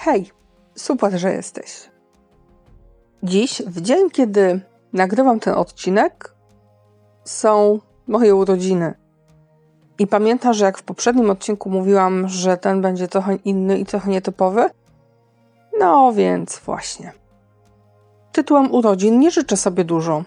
Hej, super, że jesteś. Dziś, w dzień, kiedy nagrywam ten odcinek, są moje urodziny. I pamiętasz, że jak w poprzednim odcinku mówiłam, że ten będzie trochę inny i trochę nietypowy? No więc właśnie. Tytułem urodzin nie życzę sobie dużo.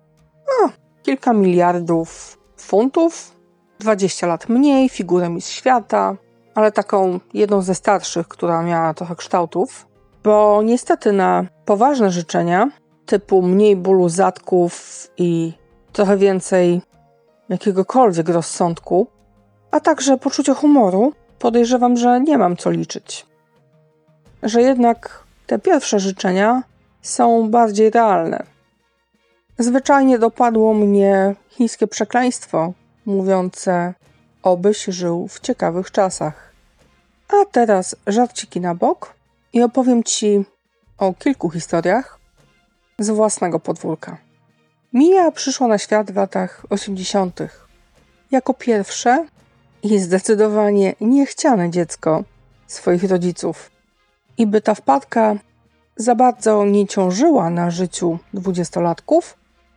Kilka miliardów funtów, 20 lat mniej, figurę Miss Świata, ale taką jedną ze starszych, która miała trochę kształtów. Bo niestety na poważne życzenia, typu mniej bólu zadków i trochę więcej jakiegokolwiek rozsądku, a także poczucia humoru, podejrzewam, że nie mam co liczyć. Że jednak te pierwsze życzenia są bardziej realne. Zwyczajnie dopadło mnie chińskie przekleństwo mówiące: obyś żył w ciekawych czasach. A teraz żarciki na bok i opowiem Ci o kilku historiach z własnego podwórka. Mia przyszła na świat w latach 80. jako pierwsze i zdecydowanie niechciane dziecko swoich rodziców. I by ta wpadka za bardzo nie ciążyła na życiu 20-latków,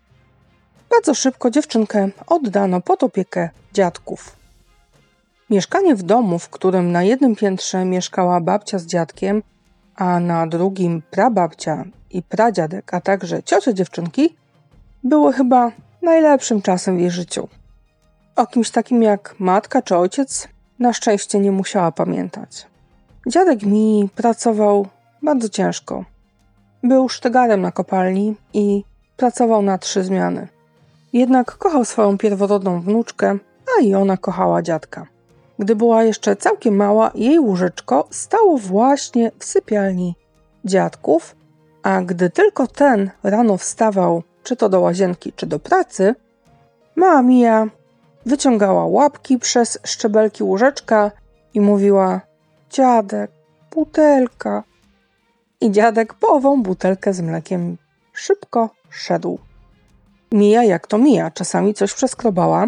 bardzo szybko dziewczynkę oddano pod opiekę dziadków. Mieszkanie w domu, w którym na jednym piętrze mieszkała babcia z dziadkiem, a na drugim prababcia i pradziadek, a także ciocia dziewczynki, były chyba najlepszym czasem w jej życiu. O kimś takim jak matka czy ojciec na szczęście nie musiała pamiętać. Dziadek mi pracował bardzo ciężko. Był sztygarem na kopalni i pracował na 3 zmiany. Jednak kochał swoją pierworodną wnuczkę, a i ona kochała dziadka. Gdy była jeszcze całkiem mała, jej łóżeczko stało właśnie w sypialni dziadków, a gdy tylko ten rano wstawał, czy to do łazienki, czy do pracy, mała Mia wyciągała łapki przez szczebelki łóżeczka i mówiła: dziadek, butelka. I dziadek po ową butelkę z mlekiem szybko szedł. Mia jak to Mia, czasami coś przeskrobała,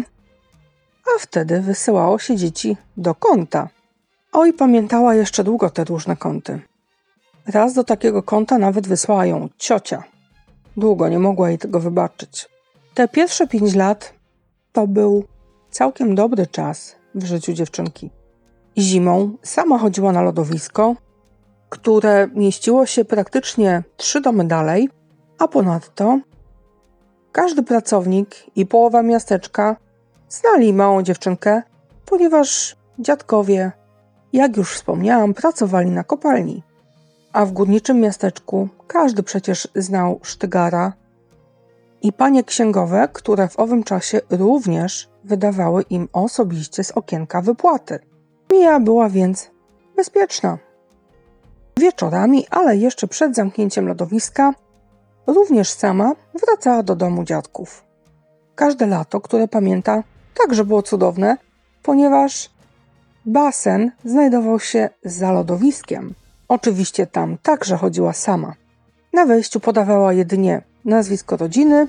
a wtedy wysyłało się dzieci do kąta. Oj, pamiętała jeszcze długo te różne kąty. Raz do takiego kąta nawet wysłała ją ciocia. Długo nie mogła jej tego wybaczyć. Te pierwsze 5 lat to był całkiem dobry czas w życiu dziewczynki. Zimą sama chodziła na lodowisko, które mieściło się praktycznie 3 domy dalej, a ponadto każdy pracownik i połowa miasteczka znali małą dziewczynkę, ponieważ dziadkowie, jak już wspomniałam, pracowali na kopalni. A w górniczym miasteczku każdy przecież znał sztygara i panie księgowe, które w owym czasie również wydawały im osobiście z okienka wypłaty. Mia była więc bezpieczna. Wieczorami, ale jeszcze przed zamknięciem lodowiska, również sama wracała do domu dziadków. Każde lato, które pamięta, także było cudowne, ponieważ basen znajdował się za lodowiskiem. Oczywiście tam także chodziła sama. Na wejściu podawała jedynie nazwisko rodziny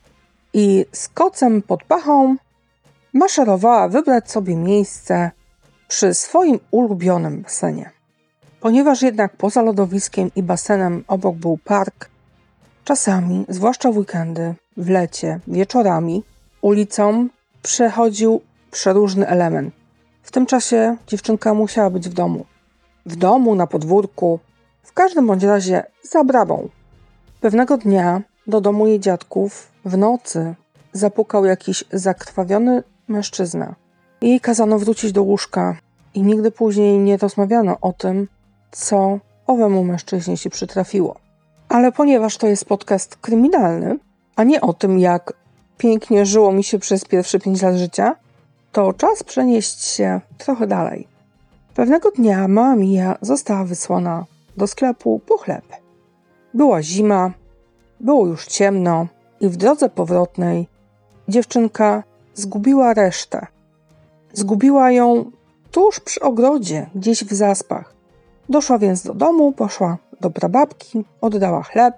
i z kocem pod pachą maszerowała wybrać sobie miejsce przy swoim ulubionym basenie. Ponieważ jednak poza lodowiskiem i basenem obok był park, czasami, zwłaszcza w weekendy, w lecie, wieczorami, ulicą przechodził przeróżny element. W tym czasie dziewczynka musiała być w domu. W domu, na podwórku, w każdym bądź razie za bramą. Pewnego dnia do domu jej dziadków w nocy zapukał jakiś zakrwawiony mężczyzna. Jej kazano wrócić do łóżka i nigdy później nie rozmawiano o tym, co owemu mężczyźnie się przytrafiło. Ale ponieważ to jest podcast kryminalny, a nie o tym, jak pięknie żyło mi się przez pierwsze 5 lat życia, to czas przenieść się trochę dalej. Pewnego dnia mała Mia została wysłana do sklepu po chleb. Była zima, było już ciemno i w drodze powrotnej dziewczynka zgubiła resztę. Zgubiła ją tuż przy ogrodzie, gdzieś w zaspach. Doszła więc do domu, poszła do prababki, oddała chleb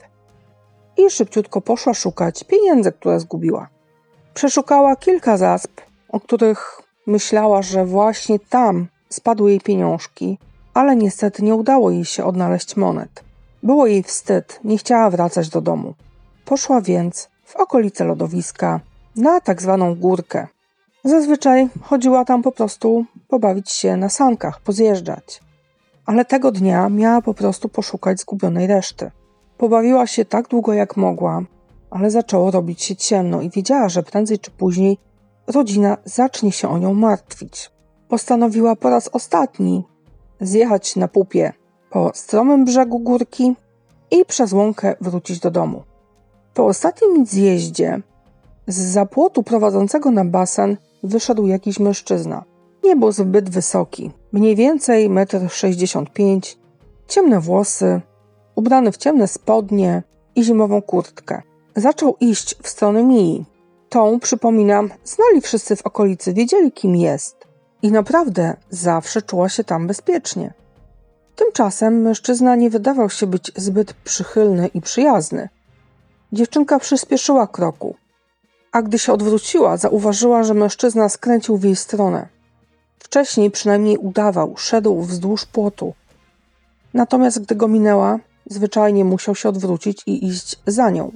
i szybciutko poszła szukać pieniędzy, które zgubiła. Przeszukała kilka zasp, o których myślała, że właśnie tam spadły jej pieniążki, ale niestety nie udało jej się odnaleźć monet. Było jej wstyd, nie chciała wracać do domu. Poszła więc w okolice lodowiska na tak zwaną górkę. Zazwyczaj chodziła tam po prostu pobawić się na sankach, pozjeżdżać. Ale tego dnia miała po prostu poszukać zgubionej reszty. Pobawiła się tak długo jak mogła, ale zaczęło robić się ciemno i wiedziała, że prędzej czy później rodzina zacznie się o nią martwić. Postanowiła po raz ostatni zjechać na pupie po stromym brzegu górki i przez łąkę wrócić do domu. Po ostatnim zjeździe zza płotu prowadzącego na basen wyszedł jakiś mężczyzna. Nie był zbyt wysoki, mniej więcej 1,65 m, ciemne włosy, ubrany w ciemne spodnie i zimową kurtkę. Zaczął iść w stronę Mii. Tą, przypominam, znali wszyscy w okolicy, wiedzieli kim jest i naprawdę zawsze czuła się tam bezpiecznie. Tymczasem mężczyzna nie wydawał się być zbyt przychylny i przyjazny. Dziewczynka przyspieszyła kroku, a gdy się odwróciła, zauważyła, że mężczyzna skręcił w jej stronę. Wcześniej przynajmniej udawał, szedł wzdłuż płotu. Natomiast gdy go minęła, zwyczajnie musiał się odwrócić i iść za nią.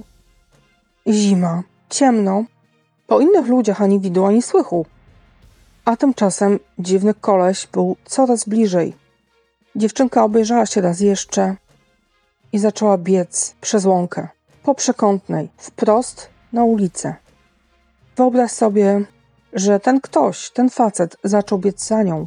Zima, ciemno, po innych ludziach ani widu, ani słychu. A tymczasem dziwny koleś był coraz bliżej. Dziewczynka obejrzała się raz jeszcze i zaczęła biec przez łąkę, po przekątnej, wprost na ulicę. Wyobraź sobie, że ten ktoś, ten facet zaczął biec za nią.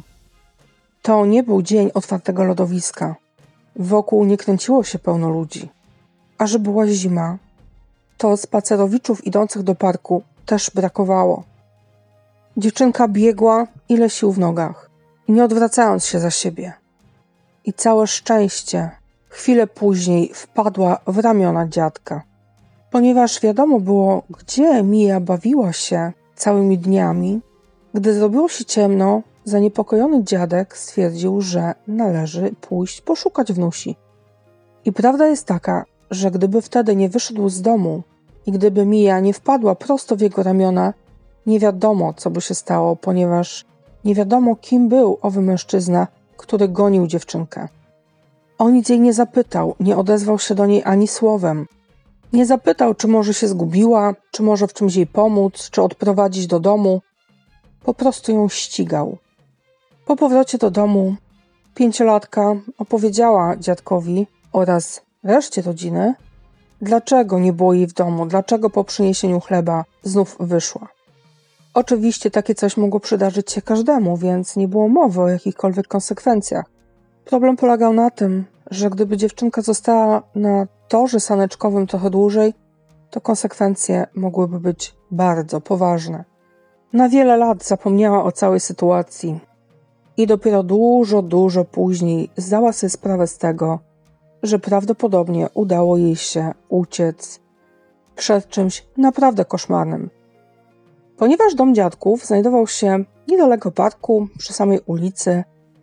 To nie był dzień otwartego lodowiska. Wokół nie kręciło się pełno ludzi. A że była zima, to spacerowiczów idących do parku też brakowało. Dziewczynka biegła ile sił w nogach, nie odwracając się za siebie. I całe szczęście chwilę później wpadła w ramiona dziadka. Ponieważ wiadomo było, gdzie Mia bawiła się całymi dniami, gdy zrobiło się ciemno, zaniepokojony dziadek stwierdził, że należy pójść poszukać wnusi. I prawda jest taka, że gdyby wtedy nie wyszedł z domu i gdyby Mia nie wpadła prosto w jego ramiona, nie wiadomo, co by się stało, ponieważ nie wiadomo, kim był owy mężczyzna, który gonił dziewczynkę. O nic jej nie zapytał, nie odezwał się do niej ani słowem. Nie zapytał, czy może się zgubiła, czy może w czymś jej pomóc, czy odprowadzić do domu. Po prostu ją ścigał. Po powrocie do domu 5-latka opowiedziała dziadkowi oraz reszcie rodziny, dlaczego nie było jej w domu, dlaczego po przyniesieniu chleba znów wyszła. Oczywiście takie coś mogło przydarzyć się każdemu, więc nie było mowy o jakichkolwiek konsekwencjach. Problem polegał na tym, że gdyby dziewczynka została na torze saneczkowym trochę dłużej, to konsekwencje mogłyby być bardzo poważne. Na wiele lat zapomniała o całej sytuacji i dopiero dużo później zdała sobie sprawę z tego, że prawdopodobnie udało jej się uciec przed czymś naprawdę koszmarnym. Ponieważ dom dziadków znajdował się niedaleko parku, przy samej ulicy,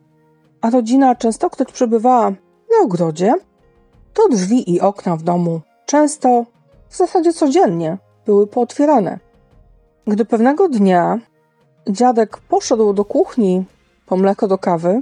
a rodzina częstokroć przebywała na ogrodzie, to drzwi i okna w domu często, w zasadzie codziennie, były pootwierane. Gdy pewnego dnia dziadek poszedł do kuchni po mleko do kawy,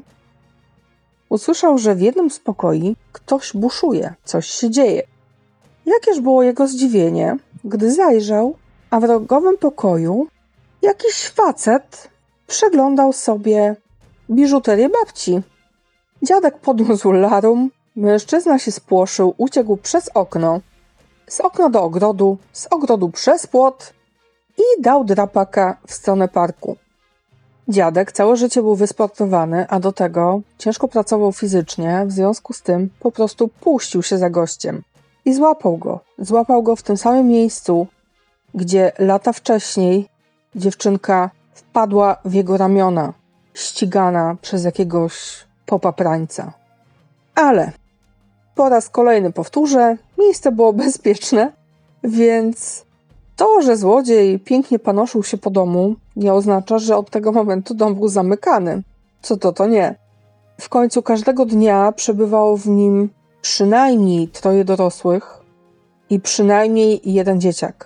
usłyszał, że w jednym z pokoi ktoś buszuje, coś się dzieje. Jakież było jego zdziwienie, gdy zajrzał, a w rogowym pokoju jakiś facet przeglądał sobie biżuterię babci. Dziadek podniósł larum, mężczyzna się spłoszył, uciekł przez okno, z okna do ogrodu, z ogrodu przez płot i dał drapaka w stronę parku. Dziadek całe życie był wysportowany, a do tego ciężko pracował fizycznie, w związku z tym po prostu puścił się za gościem i złapał go. Złapał go w tym samym miejscu, gdzie lata wcześniej dziewczynka wpadła w jego ramiona, ścigana przez jakiegoś popaprańca. Ale po raz kolejny powtórzę, miejsce było bezpieczne, więc to, że złodziej pięknie panoszył się po domu, nie oznacza, że od tego momentu dom był zamykany. Co to nie. W końcu każdego dnia przebywało w nim przynajmniej 3 dorosłych i przynajmniej 1 dzieciak.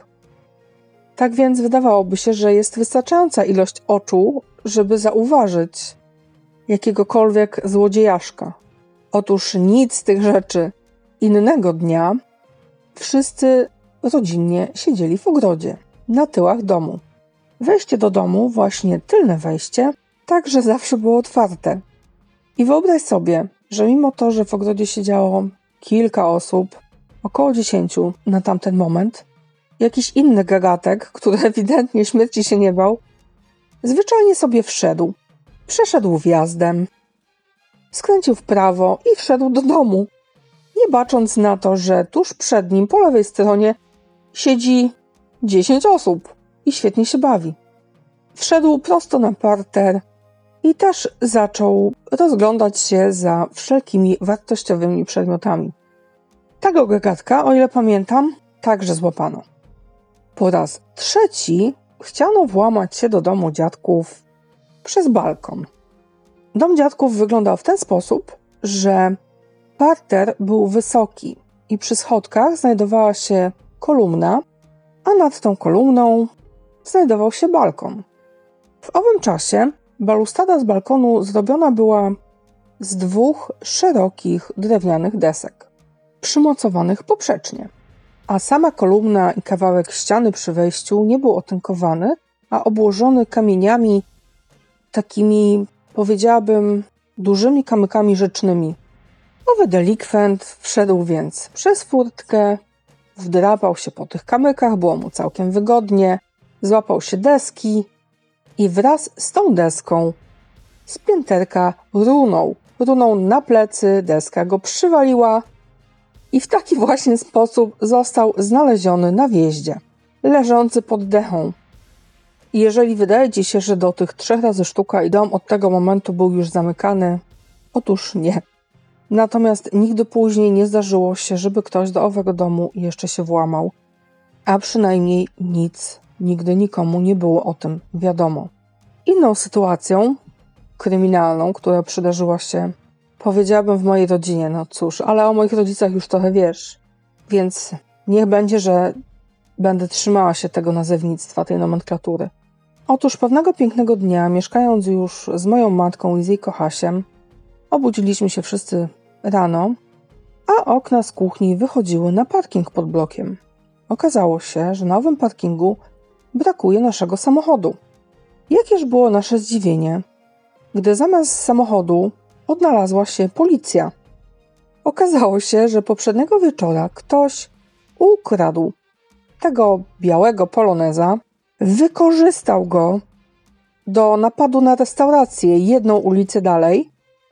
Tak więc wydawałoby się, że jest wystarczająca ilość oczu, żeby zauważyć, jakiegokolwiek złodziejaszka. Otóż nic z tych rzeczy. Innego dnia wszyscy rodzinnie siedzieli w ogrodzie, na tyłach domu. Wejście do domu, właśnie tylne wejście, także zawsze było otwarte. I wyobraź sobie, że mimo to, że w ogrodzie siedziało kilka osób, około 10 na tamten moment, jakiś inny gagatek, który ewidentnie śmierci się nie bał, zwyczajnie sobie wszedł. Przeszedł wjazdem, skręcił w prawo i wszedł do domu, nie bacząc na to, że tuż przed nim, po lewej stronie, siedzi 10 osób i świetnie się bawi. Wszedł prosto na parter i też zaczął rozglądać się za wszelkimi wartościowymi przedmiotami. Tego gagatka, o ile pamiętam, także złapano. Po raz trzeci chciano włamać się do domu dziadków przez balkon. Dom dziadków wyglądał w ten sposób, że parter był wysoki i przy schodkach znajdowała się kolumna, a nad tą kolumną znajdował się balkon. W owym czasie balustrada z balkonu zrobiona była z 2 szerokich drewnianych desek, przymocowanych poprzecznie, a sama kolumna i kawałek ściany przy wejściu nie był otynkowany, a obłożony kamieniami takimi, powiedziałabym, dużymi kamykami rzecznymi. Owy delikwent wszedł więc przez furtkę, wdrapał się po tych kamykach, było mu całkiem wygodnie, złapał się deski i wraz z tą deską z pięterka runął na plecy, deska go przywaliła i w taki właśnie sposób został znaleziony na wjeździe, leżący pod dechą. I jeżeli wydaje ci się, że do tych 3 razy sztuka i dom od tego momentu był już zamykany, otóż nie. Natomiast nigdy później nie zdarzyło się, żeby ktoś do owego domu jeszcze się włamał, a przynajmniej nigdy nikomu nie było o tym wiadomo. Inną sytuacją kryminalną, która przydarzyła się, powiedziałabym, w mojej rodzinie, no cóż, ale o moich rodzicach już trochę wiesz, więc niech będzie, że będę trzymała się tego nazewnictwa, tej nomenklatury. Otóż pewnego pięknego dnia, mieszkając już z moją matką i z jej kochasiem, obudziliśmy się wszyscy rano, a okna z kuchni wychodziły na parking pod blokiem. Okazało się, że na owym parkingu brakuje naszego samochodu. Jakież było nasze zdziwienie, gdy zamiast samochodu odnalazła się policja. Okazało się, że poprzedniego wieczora ktoś ukradł tego białego poloneza, wykorzystał go do napadu na restaurację 1 ulicę dalej,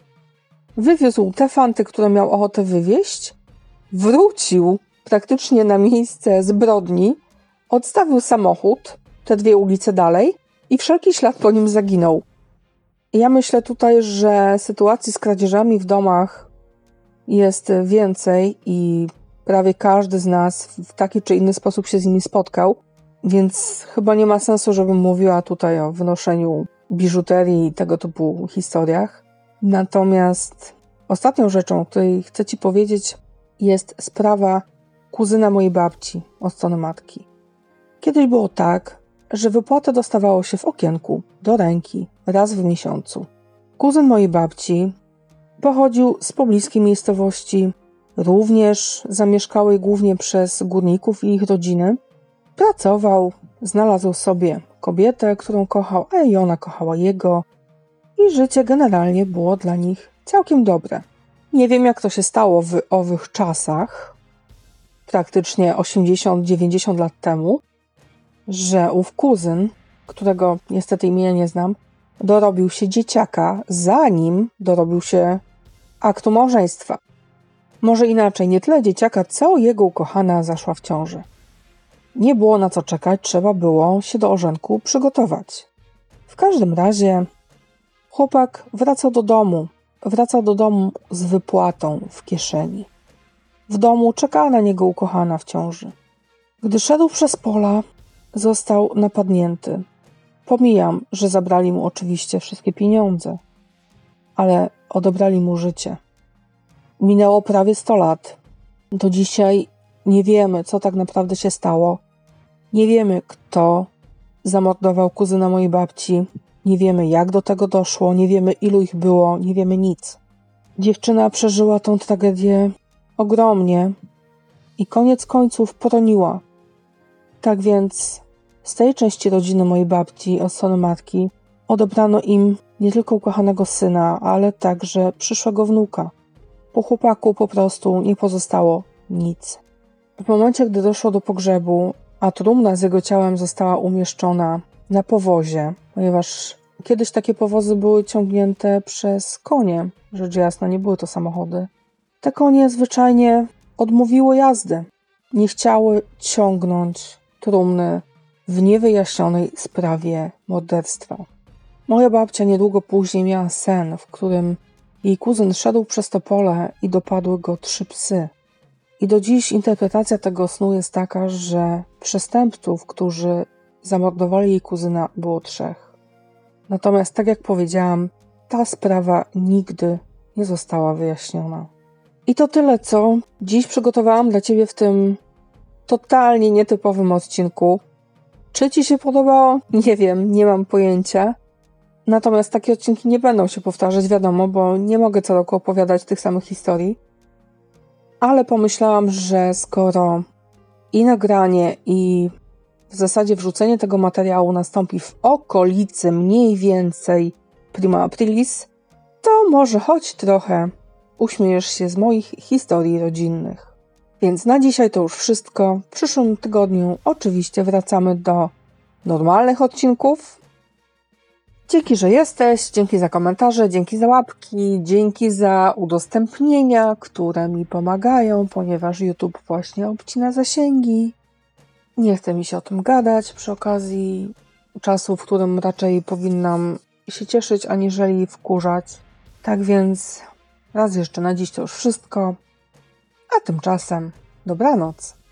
wywiózł te fanty, które miał ochotę wywieźć, wrócił praktycznie na miejsce zbrodni, odstawił samochód te 2 ulice dalej i wszelki ślad po nim zaginął. Ja myślę tutaj, że sytuacji z kradzieżami w domach jest więcej i prawie każdy z nas w taki czy inny sposób się z nimi spotkał, więc chyba nie ma sensu, żebym mówiła tutaj o wynoszeniu biżuterii i tego typu historiach. Natomiast ostatnią rzeczą, o której chcę Ci powiedzieć, jest sprawa kuzyna mojej babci od strony matki. Kiedyś było tak, że wypłatę dostawało się w okienku, do ręki, raz w miesiącu. Kuzyn mojej babci pochodził z pobliskiej miejscowości, również zamieszkałej głównie przez górników i ich rodziny. Pracował, znalazł sobie kobietę, którą kochał, a i ona kochała jego i życie generalnie było dla nich całkiem dobre. Nie wiem, jak to się stało w owych czasach, praktycznie 80-90 lat temu, że ów kuzyn, którego niestety imienia nie znam, dorobił się dzieciaka, zanim dorobił się aktu małżeństwa. Może inaczej, nie tyle dzieciaka, co jego ukochana zaszła w ciąży. Nie było na co czekać, trzeba było się do ożenku przygotować. W każdym razie chłopak wracał do domu z wypłatą w kieszeni. W domu czekała na niego ukochana w ciąży. Gdy szedł przez pola, został napadnięty. Pomijam, że zabrali mu oczywiście wszystkie pieniądze, ale odebrali mu życie. Minęło prawie 100 lat. Do dzisiaj nie wiemy, co tak naprawdę się stało. Nie wiemy, kto zamordował kuzyna mojej babci. Nie wiemy, jak do tego doszło, nie wiemy, ilu ich było, nie wiemy nic. Dziewczyna przeżyła tą tragedię ogromnie i koniec końców poroniła. Tak więc z tej części rodziny mojej babci, od strony matki, odebrano im nie tylko ukochanego syna, ale także przyszłego wnuka. Po chłopaku po prostu nie pozostało nic. W momencie, gdy doszło do pogrzebu, a trumna z jego ciałem została umieszczona na powozie, ponieważ kiedyś takie powozy były ciągnięte przez konie, rzecz jasna, nie były to samochody. Te konie zwyczajnie odmówiły jazdy. Nie chciały ciągnąć trumny w niewyjaśnionej sprawie morderstwa. Moja babcia niedługo później miała sen, w którym jej kuzyn szedł przez to pole i dopadły go 3 psy. I do dziś interpretacja tego snu jest taka, że przestępców, którzy zamordowali jej kuzyna, było 3. Natomiast, tak jak powiedziałam, ta sprawa nigdy nie została wyjaśniona. I to tyle, co dziś przygotowałam dla Ciebie w tym totalnie nietypowym odcinku. Czy Ci się podobało? Nie wiem, nie mam pojęcia. Natomiast takie odcinki nie będą się powtarzać, wiadomo, bo nie mogę co roku opowiadać tych samych historii. Ale pomyślałam, że skoro i nagranie, i w zasadzie wrzucenie tego materiału nastąpi w okolicy mniej więcej prima aprilis, to może choć trochę uśmiejesz się z moich historii rodzinnych. Więc na dzisiaj to już wszystko. W przyszłym tygodniu oczywiście wracamy do normalnych odcinków. Dzięki, że jesteś, dzięki za komentarze, dzięki za łapki, dzięki za udostępnienia, które mi pomagają, ponieważ YouTube właśnie obcina zasięgi. Nie chce mi się o tym gadać przy okazji czasu, w którym raczej powinnam się cieszyć, aniżeli wkurzać. Tak więc raz jeszcze na dziś to już wszystko, a tymczasem dobranoc.